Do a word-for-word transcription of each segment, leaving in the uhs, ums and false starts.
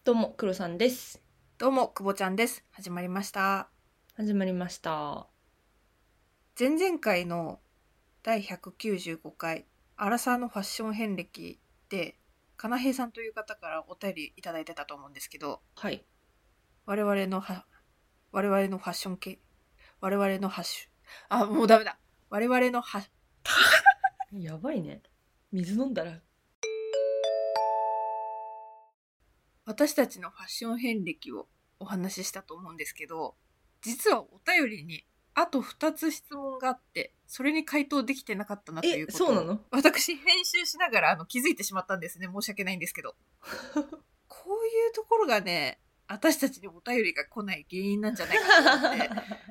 どうも黒さんです。 どうもくぼちゃんです。始まりました。 始まりました。 前々回のだいひゃくきゅうじゅうごかいアラサーのファッション遍歴でかなへいさんという方からお便りいただいてたと思うんですけど、 はい。 我々のは我々のファッション系我々のハッシュあもうダメだ我々のハやばいね。水飲んだら。 私たちのファッション遍歴をお話ししたと思うんですけど、実はお便りにあとふたつ質問があって、それに回答できてなかったなということを、 え、そうなの？ 私編集しながらあの気づいてしまったんですね。申し訳ないんですけど。こういうところがね、私たちにお便りが来ない原因なんじゃないかと思って、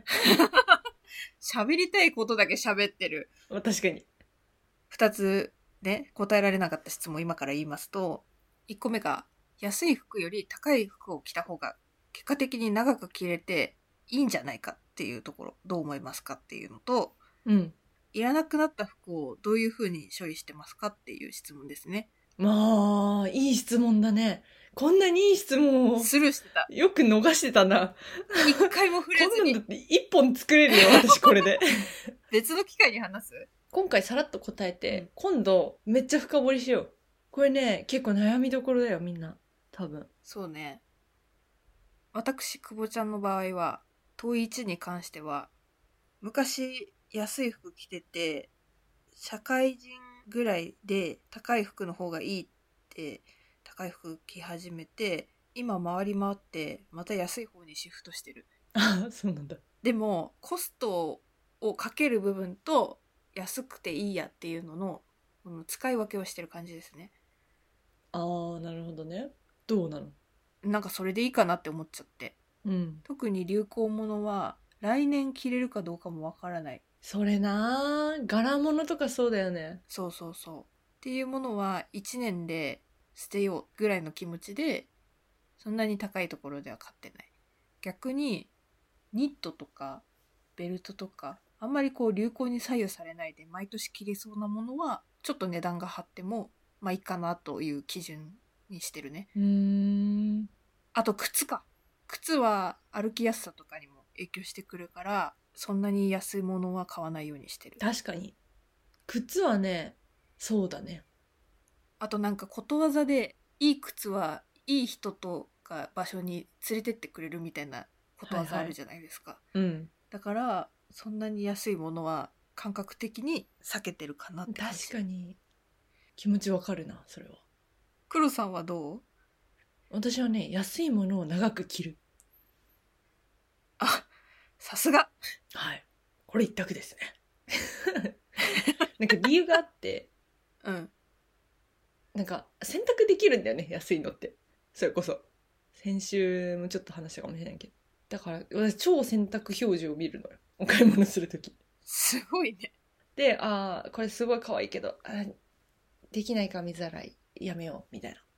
喋りたいことだけ喋ってる。 確かに。 ふたつね、答えられなかった質問を今から言いますと、いっこめが、安い服より高い服を着た方が結果的に長く着れていいんじゃないかっていうところ、どう思いますかっていうのと、 うん。 いらなくなった服をどういうふうに処理してますかっていう質問ですね。 まあ、いい質問だね。こんなにいい質問をスルーしてた。 よく逃してたな。 一回も触れずに。 こんなんだって一本作れるよ、私これで。 別の機会に話す？ 今回さらっと答えて、 うん、 今度めっちゃ深掘りしよう。これね、結構悩みどころだよ、みんな。多分。 そうね。私、久保ちゃんの場合は、問いちに関しては、昔安い服着てて、社会人ぐらいで高い服の方がいいって高い服着始めて、今回り回ってまた安い方にシフトしてる。 ああ、そうなんだ。 でもコストをかける部分と安くていいやっていうののこの使い分けをしてる感じですね。 ああ、なるほどね。どうなの？ なんかそれでいいかなって思っちゃって。 うん。 特に流行物は来年着れるかどうかもわからない。 それなぁ。柄物とかそうだよね。 そうそうそう。っていうものはいちねんで捨てようぐらいの気持ちで、そんなに高いところでは買ってない。逆にニットとかベルトとかあんまりこう流行に左右されないで毎年着れそうなものはちょっと値段が張ってもまあいいかなという基準にしてるね。 うーん。 あと靴か。靴は歩きやすさとかにも影響してくるから、そんなに安いものは買わないようにしてる。 確かに。靴はね、そうだね。 あとなんかことわざでいい靴はいい人とか場所に連れてってくれるみたいなことわざあるじゃないですか。 うん。 だからそんなに安いものは感覚的に避けてるかなって感じ。 確かに。気持ちわかるな、それは。 黒さんはどう？ 私はね、安いものを長く着る。 あ、さすが。 はい。これ一択ですね。なんか理由があって、 うん。 なんか選択できるんだよね、安いのって。それこそ。先週もちょっと話したかもしれないけど。だから、私超選択表示を見るのよ。お買い物するとき。 すごいね。 で、ああ、これすごい可愛いけど、あできないか水洗いやめよう、みたいな。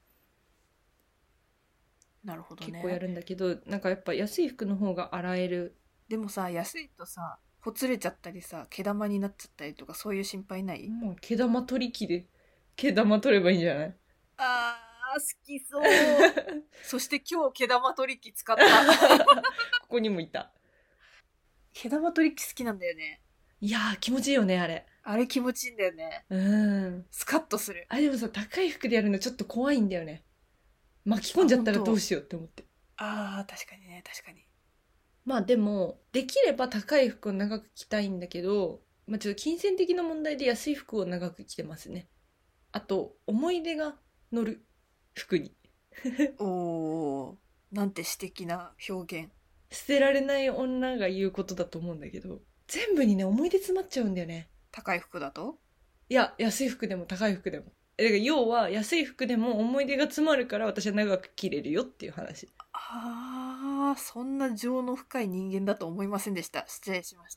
なるほどね。 結構やるんだけど、なんかやっぱ安い服の方が洗える。 でもさ、安いとさ、ほつれちゃったりさ、毛玉になっちゃったりとかそういう心配ない？ もう毛玉取り機で毛玉取ればいいんじゃない？ あー、好きそう。そして今日毛玉取り機使った。 ここにもいた。 毛玉取り機好きなんだよね。 いやー気持ちいいよね、あれ。 あれ気持ちいいんだよね。 うん。 スカッとする。 あれでもさ、高い服でやるのちょっと怖いんだよね。巻き込んじゃったらどうしようって思って。 あー、確かにね、確かに。 まあでも、できれば高い服を長く着たいんだけど、まあちょっと金銭的な問題で安い服を長く着てますね。あと、思い出が乗る服に。 おー、なんて詩的な表現。 捨てられない女が言うことだと思うんだけど、全部にね、思い出詰まっちゃうんだよね。 高い服だと？ いや、安い服でも高い服でも。だから要は、安い服でも思い出が詰まるから私は長く着れるよっていう話。 あー、そんな情の深い人間だと思いませんでした。失礼しました。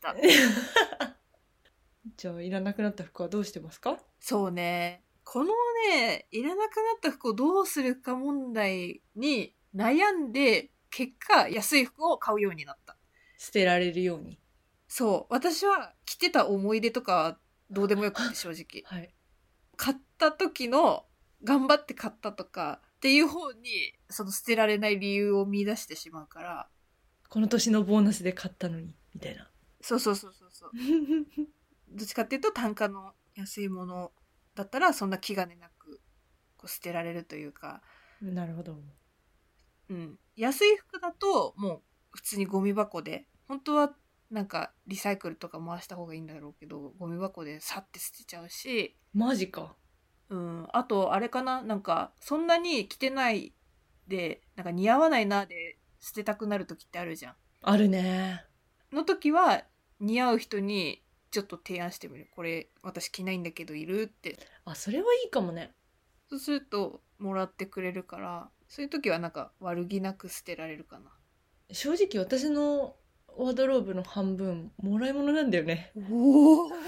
じゃあ、いらなくなった服はどうしてますか？ そうね。このね、いらなくなった服をどうするか問題に悩んで、結果安い服を買うようになった。 捨てられるように。 そう。私は着てた思い出とかはどうでもよくて正直。 はい。 買った時の頑張って買ったとか、 っていう方にその捨てられない理由を見出してしまうから、 この年のボーナスで買ったのにみたいな。 そうそうそうそうそうどっちかっていうと単価の安いものだったらそんな気兼ねなくこう捨てられるというか。 なるほど。 うん、安い服だともう普通にゴミ箱で、本当はなんかリサイクルとか回した方がいいんだろうけど、ゴミ箱でさって捨てちゃうし。 マジか。 うん、あとあれかな、なんかそんなに着てないでなんか似合わないなで捨てたくなる時ってあるじゃん。 あるね。 の時は似合う人にちょっと提案してみる。これ私着ないんだけどいるって。 あ、それはいいかもね。 そうするともらってくれるから、そういう時はなんか悪気なく捨てられるかな。 正直私のワードローブの半分もらい物なんだよね。 おお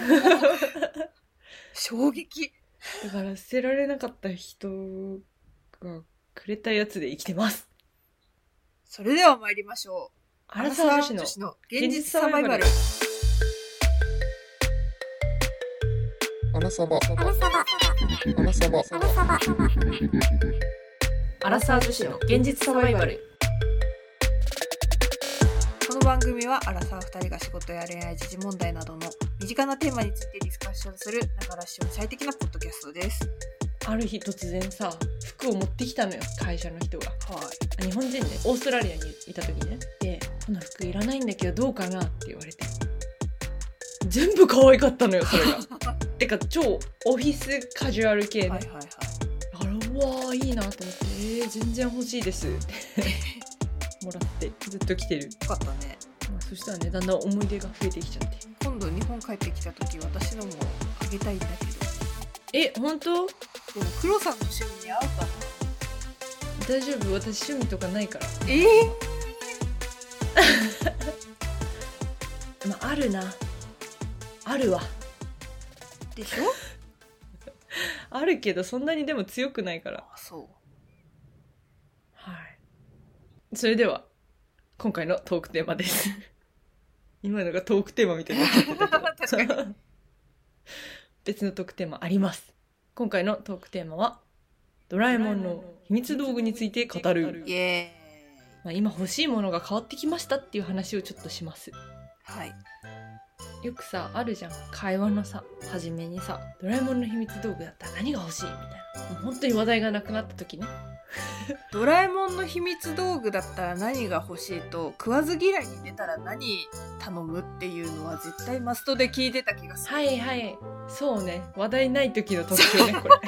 衝撃。 だから捨てられなかった人がくれたやつで生きてます。 それでは参りましょう。 アラサー女子の現実サバイバル。 アラサバ。アラサバ。アラサバ。 アラサー女子の現実サバイバル。 この番組はアラサーふたりが仕事や恋愛時事問題などの身近なテーマについてディスカッションするながら視聴に最適なポッドキャストです。 ある日突然さ、服を持ってきたのよ、会社の人が。 はい。 日本人でオーストラリアにいた時ね。で、この服いらないんだけどどうかなって言われて、全部可愛かったのよそれがてか超オフィスカジュアル系ね。 はいはいはい。 あら、うわーいいなと思って、えー、全然欲しいですってもらってずっと着てる。 よかったね。 まあ、そしたらね、だんだん思い出が増えてきちゃって、 今度日本帰ってきた時私のもあげたいんだけど。 え、本当？ でも黒さんの趣味に合うかな。 大丈夫、私趣味とかないから。 えーまあ、あるな、あるわでしょあるけどそんなにでも強くないから。 あ、そう。 はい。それでは今回のトークテーマです今のがトークテーマみたいになっちゃってたけど確かに別のトークテーマあります。今回のトークテーマはドラえもんの秘密道具について語る。 イエーイ。 まあ、今欲しいものが変わってきましたっていう話をちょっとします。 はい。 よくさ、あるじゃん、会話のさ初めにさ、ドラえもんの秘密道具だったら何が欲しいみたいな。もう本当に話題がなくなった時ねドラえもんの秘密道具だったら何が欲しいと食わず嫌いに出たら何頼むっていうのは絶対マストで聞いてた気がする。 はいはい、そうね、話題ない時の特徴ねこれ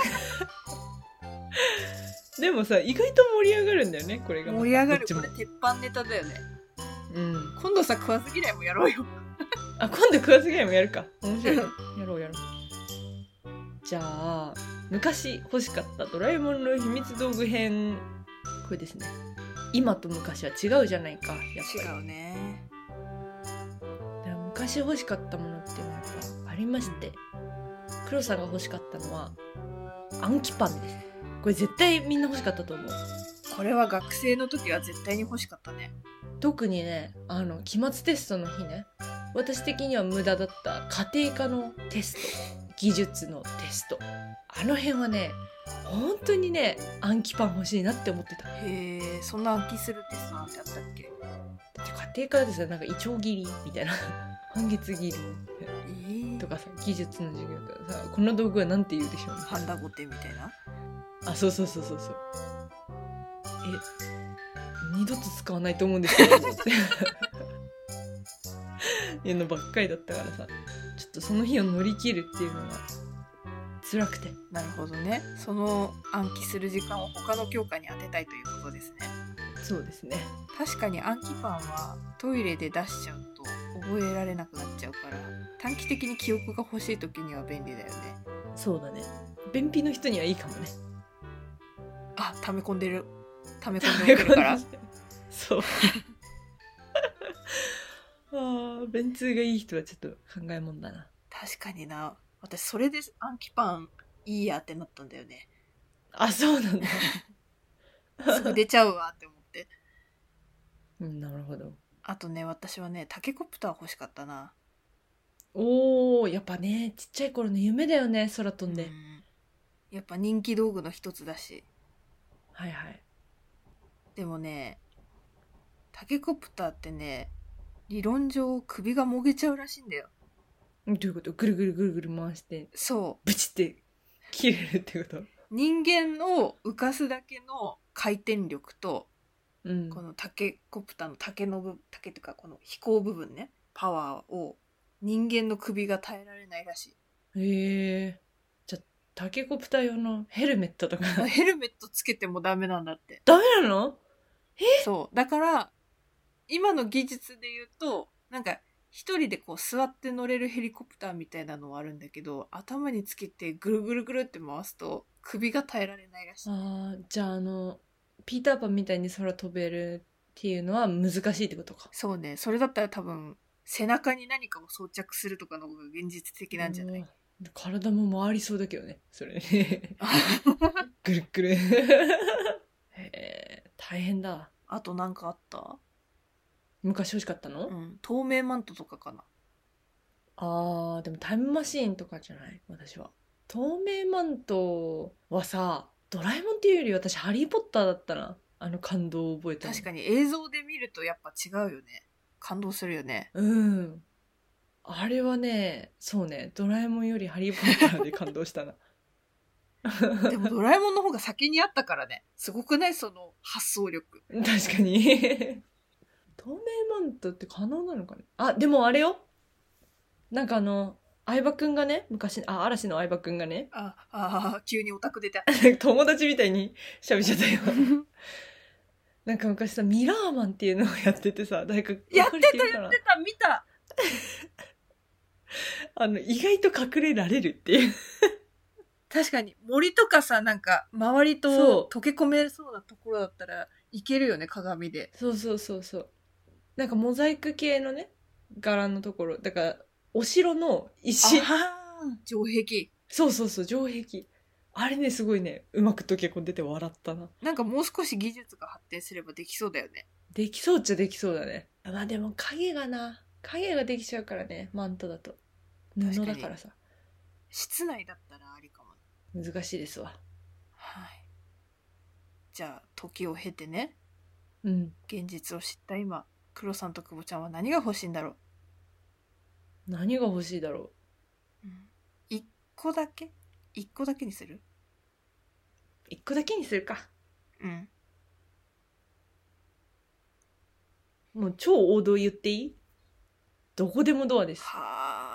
でもさ、意外と盛り上がるんだよねこれが。 盛り上がる。 どっちもこれ鉄板ネタだよね。 うん。 今度さ食わず嫌いもやろうよあ、今度食わず嫌いもやるか。面白いやろうやろう。じゃあ昔欲しかったドラえもんの秘密道具編、これですね。今と昔は違うじゃないか、やっぱり。 違うね。 だから昔欲しかったものっていうのはやっぱありまして、黒さんが欲しかったのはアンキパンです。これ絶対みんな欲しかったと思う。 これは学生の時は絶対に欲しかったね。 特にね、あの期末テストの日ね、私的には無駄だった家庭科のテスト、技術のテスト、あの辺はね、本当にね、暗記パン欲しいなって思ってた。 へえ、そんな暗記するテストなんてあったっけ？ 家庭科でさ、なんかイチョウ切りみたいな半月切りえー、 とかさ、技術の授業とかさ、この道具はなんて言うでしょうね。 ハンダゴテみたいな。 あ、そうそうそうそうそう。え、二度と使わないと思うんですけどっていうのばっかりだったからさ、ちょっとその日を乗り切るっていうのが辛くて。 なるほどね。その暗記する時間を他の教科に当てたいということですね。 そうですね。 確かに暗記パンはトイレで出しちゃうと覚えられなくなっちゃうから、短期的に記憶が欲しい時には便利だよね。 そうだね。便秘の人にはいいかもね。 あ、溜め込んでる。溜め込んでくるから。 そうあー、便通がいい人はちょっと考えもんだな。 確かにな。私それで暗記パンいいやってなったんだよね。 あ、そうなんだすぐ出ちゃうわって思って。 うん、なるほど。 あとね、私はねタケコプター欲しかったな。 おー、やっぱね、ちっちゃい頃の夢だよね、空飛んで。 うん、やっぱ人気道具の一つだし。 はいはい。 でもね、タケコプターってね、理論上首がもげちゃうらしいんだよ。 どういうこと？ぐるぐるぐるぐる回してそう。 ブチって切れるってこと？ 人間を浮かすだけの回転力と、 うん、 このタケコプターの竹の部竹っていうかこの飛行部分ね、パワーを人間の首が耐えられないらしい。 へえ。じゃあタケコプター用のヘルメットとかヘルメットつけてもダメなんだって。 ダメなの？ そうだから今の技術で言うとなんか一人でこう座って乗れるヘリコプターみたいなのはあるんだけど、頭につけてぐるぐるぐるって回すと首が耐えられないらしい。 ああ、じゃああのピーターパンみたいに空飛べるっていうのは難しいってことか。 そうね、それだったら多分背中に何かを装着するとかの方が現実的なんじゃない？ 体も回りそうだけどね、それ。ぐるっぐる。へえ、大変だ。 あとなんかあった？ 昔欲しかったの？ うん、透明マントとかかな。 あー、でもタイムマシーンとかじゃない私は。透明マントはさ、ドラえもんっていうより私ハリーポッターだったな。あの感動を覚えたの。 確かに映像で見るとやっぱ違うよね。感動するよね。 うん。あれはね、そうね、ドラえもんよりハリーポッターで感動したな。 でもドラえもんの方が先にあったからね。すごくない？その発想力。 確かに。透明マントって可能なのかね。あ、でもあれよ。なんかあの、相葉くんがね、昔、あ、嵐の相葉くんがね、 ああ、急にオタク出た。 友達みたいに喋っちゃったよ。なんか昔さ、ミラーマンっていうのをやっててさ、誰かやってたやってた見た。 あの、意外と隠れられるっていう。 確かに森とかさ、なんか周りと溶け込めそうなところだったらいけるよね、鏡で。 そうそうそうそう。なんかモザイク系のね、柄のところ。だから、お城の石。 城壁。 そうそうそう、城壁。あれね、すごいね、うまく溶け込んでて笑ったな。 なんかもう少し技術が発展すればできそうだよね。 できそうっちゃできそうだね。まあでも影がな、影ができちゃうからね、マントだと。布だからさ。 室内だったらありかも。 難しいですわ。 はい。じゃあ、時を経てね。 うん。 現実を知った今、黒さんと久保ちゃんは何が欲しいんだろう？ 何が欲しいだろう。うん。一個だけ？一個だけにする？ 一個だけにするか。 うん。 もう超王道言っていい？どこでもドアです。 は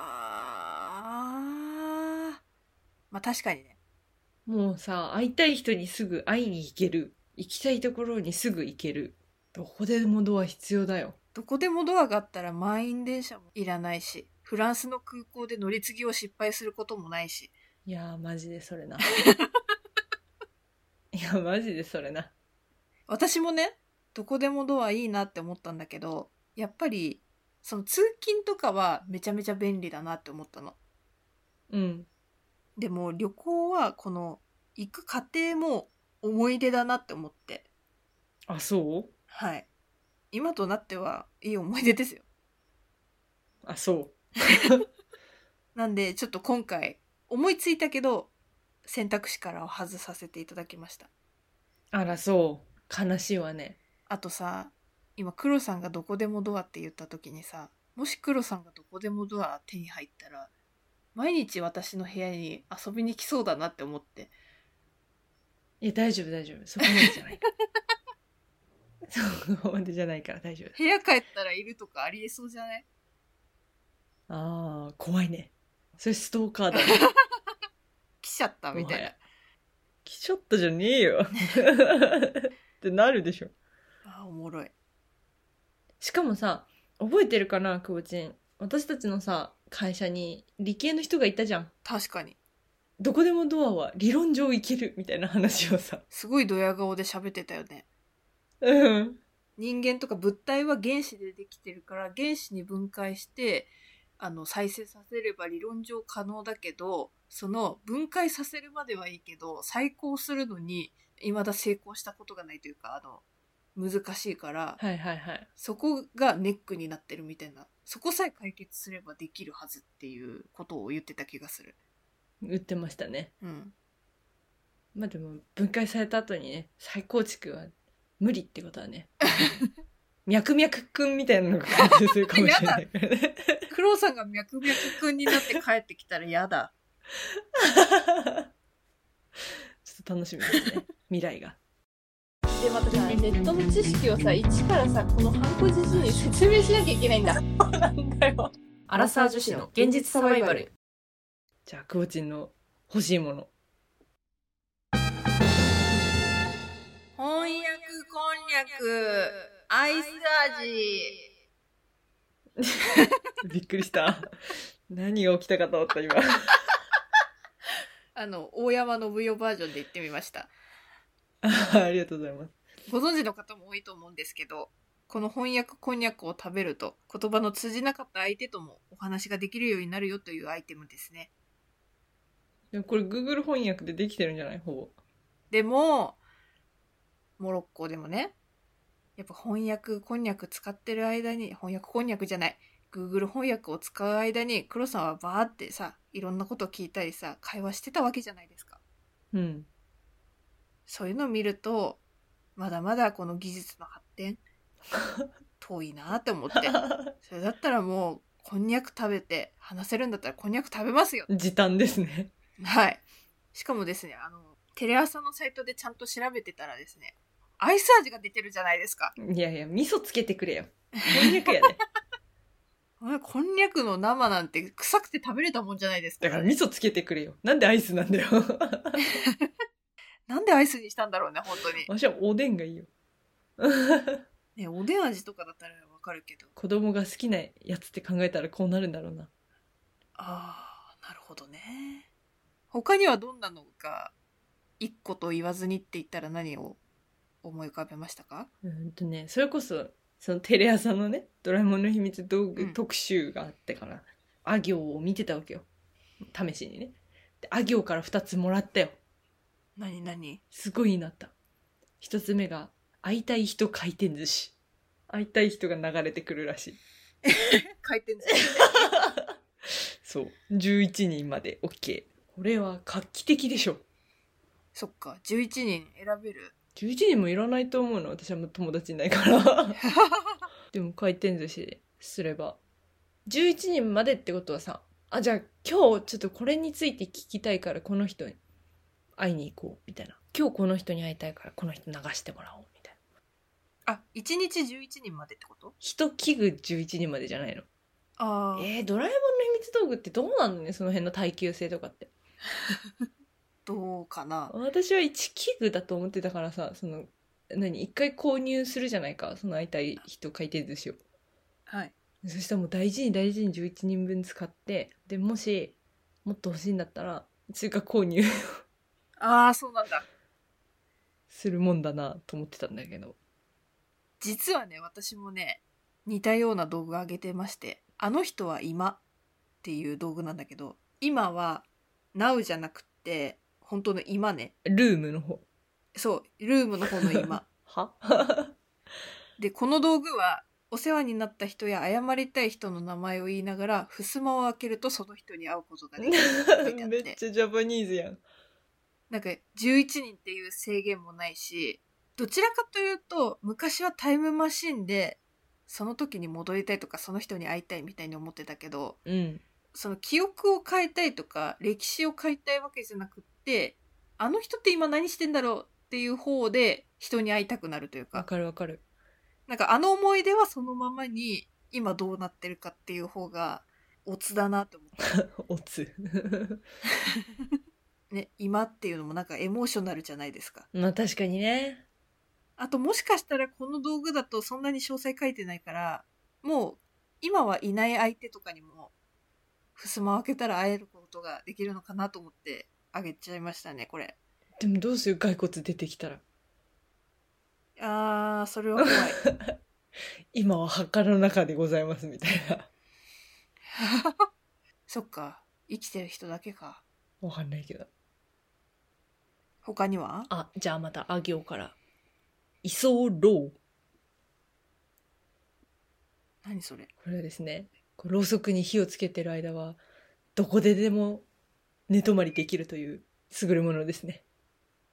あ。まあ確かにね。 もうさ、会いたい人にすぐ会いに行ける。行きたいところにすぐ行ける。どこでもドア必要だよ。 どこでもドアがあったら満員電車もいらないし、フランスの空港で乗り継ぎを失敗することもないし。 いやー、マジでそれな。いや、マジでそれな。 私もね、どこでもドアいいなって思ったんだけど、やっぱり、その通勤とかはめちゃめちゃ便利だなって思ったの。 うん。 でも旅行はこの行く過程も思い出だなって思って。 あ、そう？ はい。今となってはいい思い出ですよ。 あ、そう。 なんでちょっと今回思いついたけど選択肢からは外させていただきました。 あら、そう。悲しいわね。 あとさ、今黒さんがどこでもドアって言った時にさ、もし黒さんがどこでもドア手に入ったら毎日私の部屋に遊びに来そうだなって思って。 いや、大丈夫大丈夫。そこまでじゃないから。そこまでじゃないから大丈夫。 部屋帰ったらいるとかありえそうじゃない？ ああ、怖いね。それストーカーだね。 来ちゃったみたいな。 来ちゃったじゃねえよ。ってなるでしょ。 あー、おもろい。 しかもさ、覚えてるかな、くぼちん。私たちのさ、会社に理系の人がいたじゃん。 確かに。 どこでもドアは理論上いけるみたいな話をさ。 すごいドヤ顔で喋ってたよね。 うん。 人間とか物体は原子でできてるから原子に分解してあの再生させれば理論上可能だけど、その分解させるまではいいけど再興するのに未だ成功したことがないというか、あの難しいから、 はいはいはい。 そこがネックになってるみたいな、そこさえ解決すればできるはずっていうことを言ってた気がする。 言ってましたね。 うん。 まあでも分解された後にね再構築は無理ってことはね脈々くんみたいなのが完成するかもしれないからねクロウさんが脈々くんになって帰ってきたら嫌だ。 ちょっと楽しみですね未来が。 でまたさネットの知識をさ一からさこのハンコじじいに説明しなきゃいけないんだ。そうなんだよ。 アラサー女子の現実サバイバル。じゃあくぼちんの欲しいもの。 翻訳こんにゃくアイス味。 びっくりした何が起きたかと思った今あの大山信代バージョンで言ってみました。 ありがとうございます。 ご存知の方も多いと思うんですけど、この翻訳こんにゃくを食べると言葉の通じなかった相手ともお話ができるようになるよというアイテムですね。 でもこれ Google 翻訳でできてるんじゃないほぼ。 でもモロッコでもねやっぱ翻訳こんにゃく使ってる間に翻訳こんにゃくじゃない Google 翻訳を使う間に黒さんはバーってさいろんなことを聞いたりさ会話してたわけじゃないですか。 うんそういうのを見るとまだまだこの技術の発展遠いなって思ってそれだったらもうこんにゃく食べて話せるんだったらこんにゃく食べますよ。 時短ですね。 はい。しかもですねあのテレ朝のサイトでちゃんと調べてたらですねアイス味が出てるじゃないですか。 いやいや味噌つけてくれよ。こんにゃくやでこんにゃくの生なんて臭くて食べれたもんじゃないですか。 だから味噌つけてくれよ。なんでアイスなんだよなんでアイスにしたんだろうね本当に。 私はおでんがいいよねおでん味とかだったらわかるけど。 子供が好きなやつって考えたらこうなるんだろうな。 あーなるほどね。他にはどんなのが一個と言わずにって言ったら何を思い浮かべましたか？ うんとねそれこそそのテレ朝のねドラえもんの秘密道具うん特集があってから、あ行を見てたわけよ試しにね。であ行からふたつもらったよ。 何何すごいなった。ひとつめが会いたい人回転寿司。会いたい人が流れてくるらしい回転寿司そうじゅういちにんまで OK。 これは画期的でしょ。 そっかじゅういちにん選べる。 じゅういちにんもいらないと思うの。私はもう友達いないからでも回転寿司すればじゅういちにんまでってことはさ、あじゃあ今日ちょっとこれについて聞きたいからこの人に会いに行こうみたいな、今日この人に会いたいからこの人流してもらおうみたいな。 あいちにちじゅういちにんまでってこと？ 人器具じゅういちにんまでじゃないの？ あーえー、ドラえもんの秘密道具ってどうなのねその辺の耐久性とかってどうかな。 私はいち器具だと思ってたからさ、その何一回購入するじゃないかその会いたい人回転寿司を。 はいそしたらもう大事に大事にじゅういちにんぶん使って、でもしもっと欲しいんだったら追加購入ああそうなんだ。 するもんだなと思ってたんだけど、 実はね私もね似たような道具あげてまして、あの人は今っていう道具なんだけど、今は Now じゃなくて本当の今ね。 ルームの方。 そうルームの方の今はでこの道具はお世話になった人や謝りたい人の名前を言いながら襖を開けるとその人に会うことができるって書いてあっめってちゃジャパニーズやん。 なんかじゅういちにんっていう制限もないし、どちらかというと昔はタイムマシンでその時に戻りたいとかその人に会いたいみたいに思ってたけど、 うんその記憶を変えたいとか歴史を変えたいわけじゃなくって、あの人って今何してんだろうっていう方で人に会いたくなるというわか、 かるわかる。 なんかあの思い出はそのままに今どうなってるかっていう方がオツだなと思っておつね、今っていうのもなんかエモーショナルじゃないですか。 まあ確かにね。 あともしかしたらこの道具だとそんなに詳細書いてないから、もう今はいない相手とかにも襖を開けたら会えることができるのかなと思ってあげちゃいましたねこれ。 でもどうする骸骨出てきたら。 あーそれは怖い今は墓の中でございますみたいな。 そっか生きてる人だけか。 わかんないけど。 他には？ あじゃあまたあ行から居候。 何それ？ これはですね、こうろうそくに火をつけてる間はどこででも寝泊まりできるという優れものですね。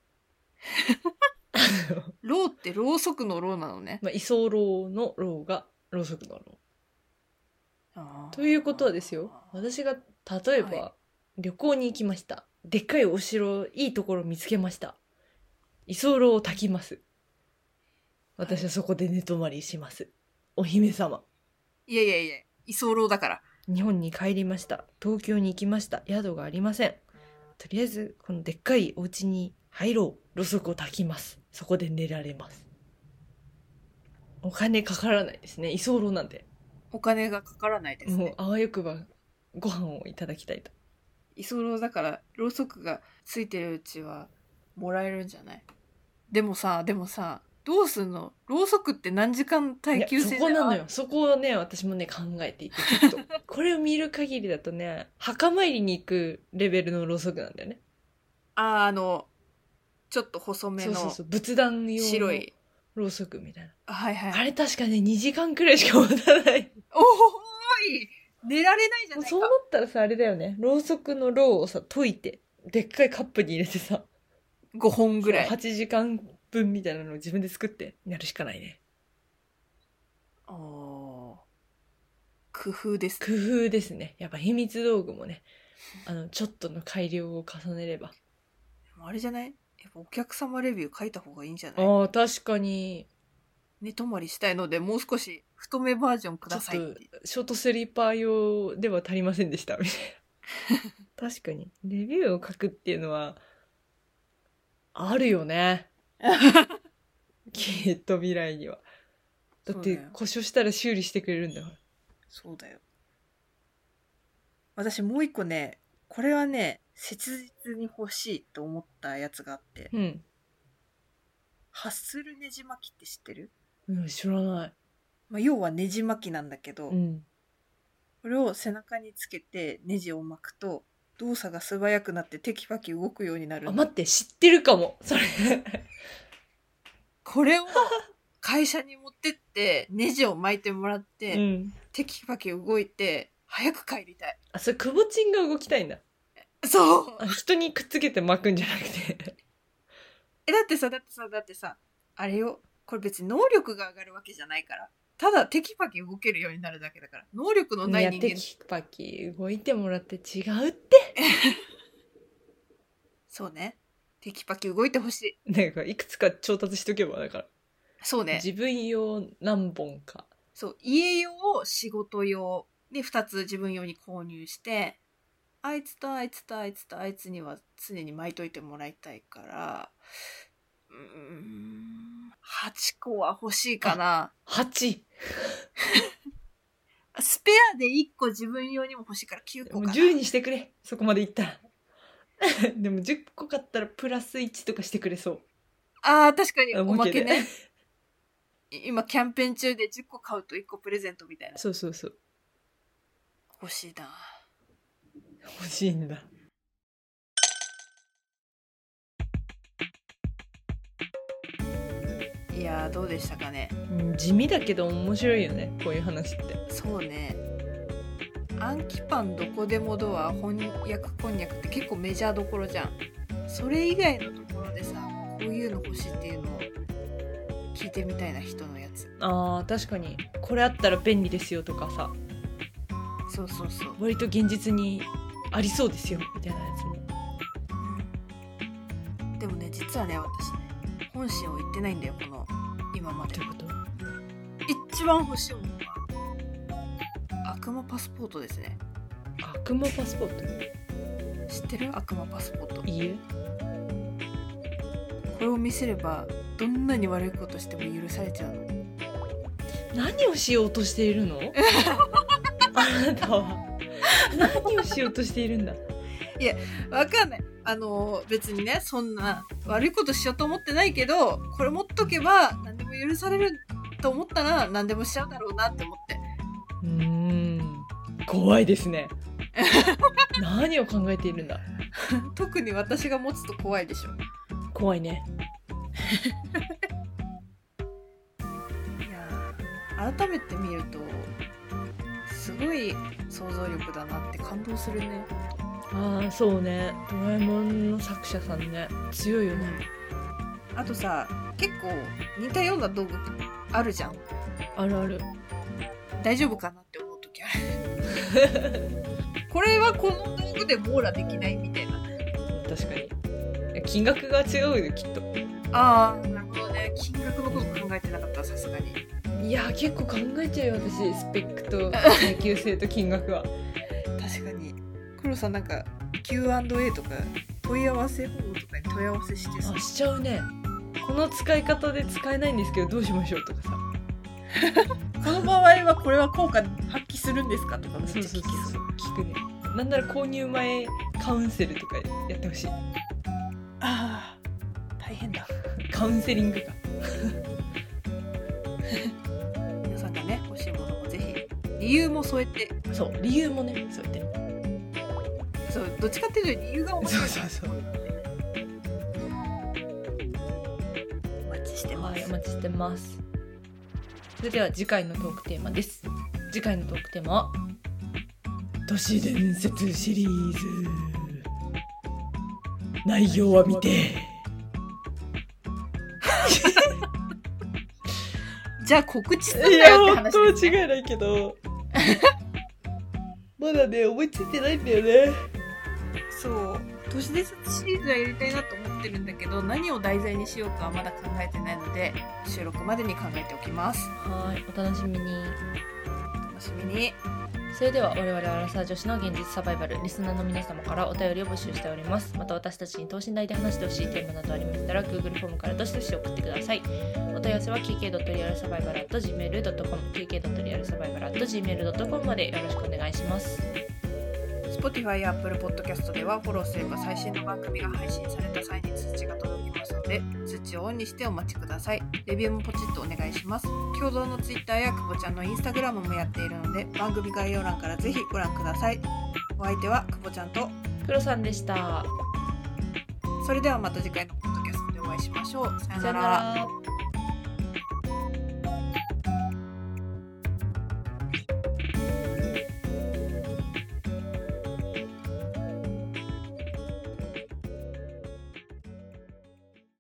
ろうってろうそくのろうなのね。 まあ、居候のろうがろうそくのろう。ということはですよ、私が例えば、はい、旅行に行きました。でっかいお城、いいところ見つけました。居候を焚きます。私はそこで寝泊まりします。はい、お姫様。 いやいやいや、居候だから。 日本に帰りました。東京に行きました。宿がありません。とりあえず、このでっかいお家に入ろう。ろうそくを焚きます。そこで寝られます。お金かからないですね。居候なんで。 お金がかからないですね。 もうあわよくばご飯をいただきたいと。 居候だからろうそくがついてるうちはもらえるんじゃない？でもさ、でもさ、どうすんの？ろうそくって何時間耐久性で？ そこなのよ。そこをね、私もね考えていて、ちょっとこれを見る限りだとね、墓参りに行くレベルのろうそくなんだよね。 あー、あのちょっと細めのそうそうそう、仏壇用の白いろうそくみたいな。 はいはい。 あれ確かねにじかんくらいしか持たない。 おーい、寝られないじゃないか。 そうなったらさ、あれだよね、ろうそくのろうをさ溶いてでっかいカップに入れてさごほんぐらいはちじかんぶんみたいなのを自分で作ってやるしかないね。 あー、工夫です、 工夫ですね。やっぱ秘密道具もね、あのちょっとの改良を重ねれば。 あれじゃない？やっぱお客様レビュー書いた方がいいんじゃない？ ああ、確かに。 寝泊まりしたいのでもう少し太めバージョンくださいって。 ちょっとショートスリーパー用では足りませんでしたみたいな。確かにレビューを書くっていうのはあるよね。きっと未来には。だって故障したら修理してくれるんだから。 そうだよ。私もう一個ね、これはね切実に欲しいと思ったやつがあって、 うん。 ハッスルネジ巻きって知ってる？ うん、知らない。 まあ、要はネジ巻きなんだけど、 うん、 これを背中につけてネジを巻くと動作が素早くなってテキパキ動くようになる。 あ、待って、知ってるかもそれ。 これを会社に持ってってネジを巻いてもらって、うん、テキパキ動いて早く帰りたい。 あ、それクボチンが動きたいんだ。 そう。 あ、人にくっつけて巻くんじゃなくて。 え、だってさ、だってさ、だってさ、あれよ、これ別に能力が上がるわけじゃないから、ただテキパキ動けるようになるだけだから、能力のない人間。いや、テキパキ動いてもらって違うって。 そうね。テキパキ動いてほしい。なんかいくつか調達しとけばだから。 そうね。 自分用何本か。 そう、家用、仕事用でふたつ自分用に購入して、あいつとあいつとあいつとあいつには常に巻いといてもらいたいから、うーん、はちこは欲しいかな。 はち? スペアでいっこ自分用にも欲しいからきゅうこかな。 じゅうにしてくれ、そこまでいったら。でもじゅっこ買ったらプラスいちとかしてくれそう。 ああ、確かにおまけね。今キャンペーン中でじゅっこ買うといっこプレゼントみたいな。 そうそうそう。 欲しいな。 欲しいんだ。 いやー、どうでしたかね。 うん、地味だけど面白いよね、こういう話って。 そうね。アンキパンどこでもドア翻訳こんにゃくって結構メジャーどころじゃん。それ以外のところでさ、こういうの欲しいっていうのを聞いてみたいな、人のやつ。 あー、確かにこれあったら便利ですよとかさ。 そうそうそう。 割と現実にありそうですよみたいなやつも、 うん、でもね、実はね、私ね、本心を言ってないんだよ、この今まで。 どういうこと？ 一番欲しいものは悪魔パスポートですね。 悪魔パスポート？ 知ってる？悪魔パスポート。 いいえ。 これを見せればどんなに悪いことしても許されちゃうの。 何をしようとしているの？あなたは何をしようとしているんだ。 いや、わかんない。あの別にね、そんな悪いことしようと思ってないけど、これ持っとけば何でも許されると思ったら何でもしちゃうだろうなって思って。 うーん、怖いですね。何を考えているんだ。 特に私が持つと怖いでしょ。 怖いね。 いや、改めて見るとすごい想像力だなって感動するね。 ああ、そうね。ドラえもんの作者さんね、強いよね。 あとさ、結構似たような道具あるじゃん。 あるある。 大丈夫かなって思う時あるこれはこの道具で網羅できないみたいな。 確かに金額が違うよきっと。 ああ、なるほどね。金額のこと考えてなかったさすがに。 いや結構考えちゃうよ私、スペックと耐久性と金額は確かに。黒さんなんか キューアンドエー とか問い合わせフォームとかに問い合わせしてさ、 あしちゃうね。この使い方で使えないんですけどどうしましょうとかさこの場合はこれは効果発揮するんですかとかめっちゃ聞きそう。 聞くね。なんなら購入前カウンセルとかやってほしい。 ああ、大変だ。 カウンセリングか皆さんがね欲しいものもぜひ理由も添えて。 そう理由もねそうやってそう、どっちかっていうと理由が面白い。 そうそうそう。 お待ちしてます。 はい、お待ちしてます。それでは次回のトークテーマです。次回のトークテーマは都市伝説シリーズ。内容は見てじゃあ告知すんいだよってや話です、ね、 本当間違いないけどまだね思いついてないんだよね。 そう都市伝説シリーズはやりたいなと思ってるんだけど、何を題材にしようかはまだ考えてないので収録までに考えておきます。 はいお楽しみに。 楽しみに。 それでは我々アラサー女子の現実サバイバル、リスナーの皆様からお便りを募集しております。また私たちに等身大で話してほしいテーマなどありましたら Google フォームからどしどし送ってください。お問い合わせは キーケードットリアルサバイバル アットジーメールドットコム キーケードットリアルサバイバル アットジーメールドットコム までよろしくお願いします。 Spotify や Apple Podcast ではフォローすれば最新の番組が配信された際に通知が届きますので、通知をオンにしてお待ちください。レビューもポチッとお願いします。共同の Twitter や久保ちゃんの Instagram もやっているので、番組概要欄からぜひご覧ください。お相手は久保ちゃんと黒さんでした。 それではまた次回のポッドキャストでお会いしましょう。さよさよななら。 ら。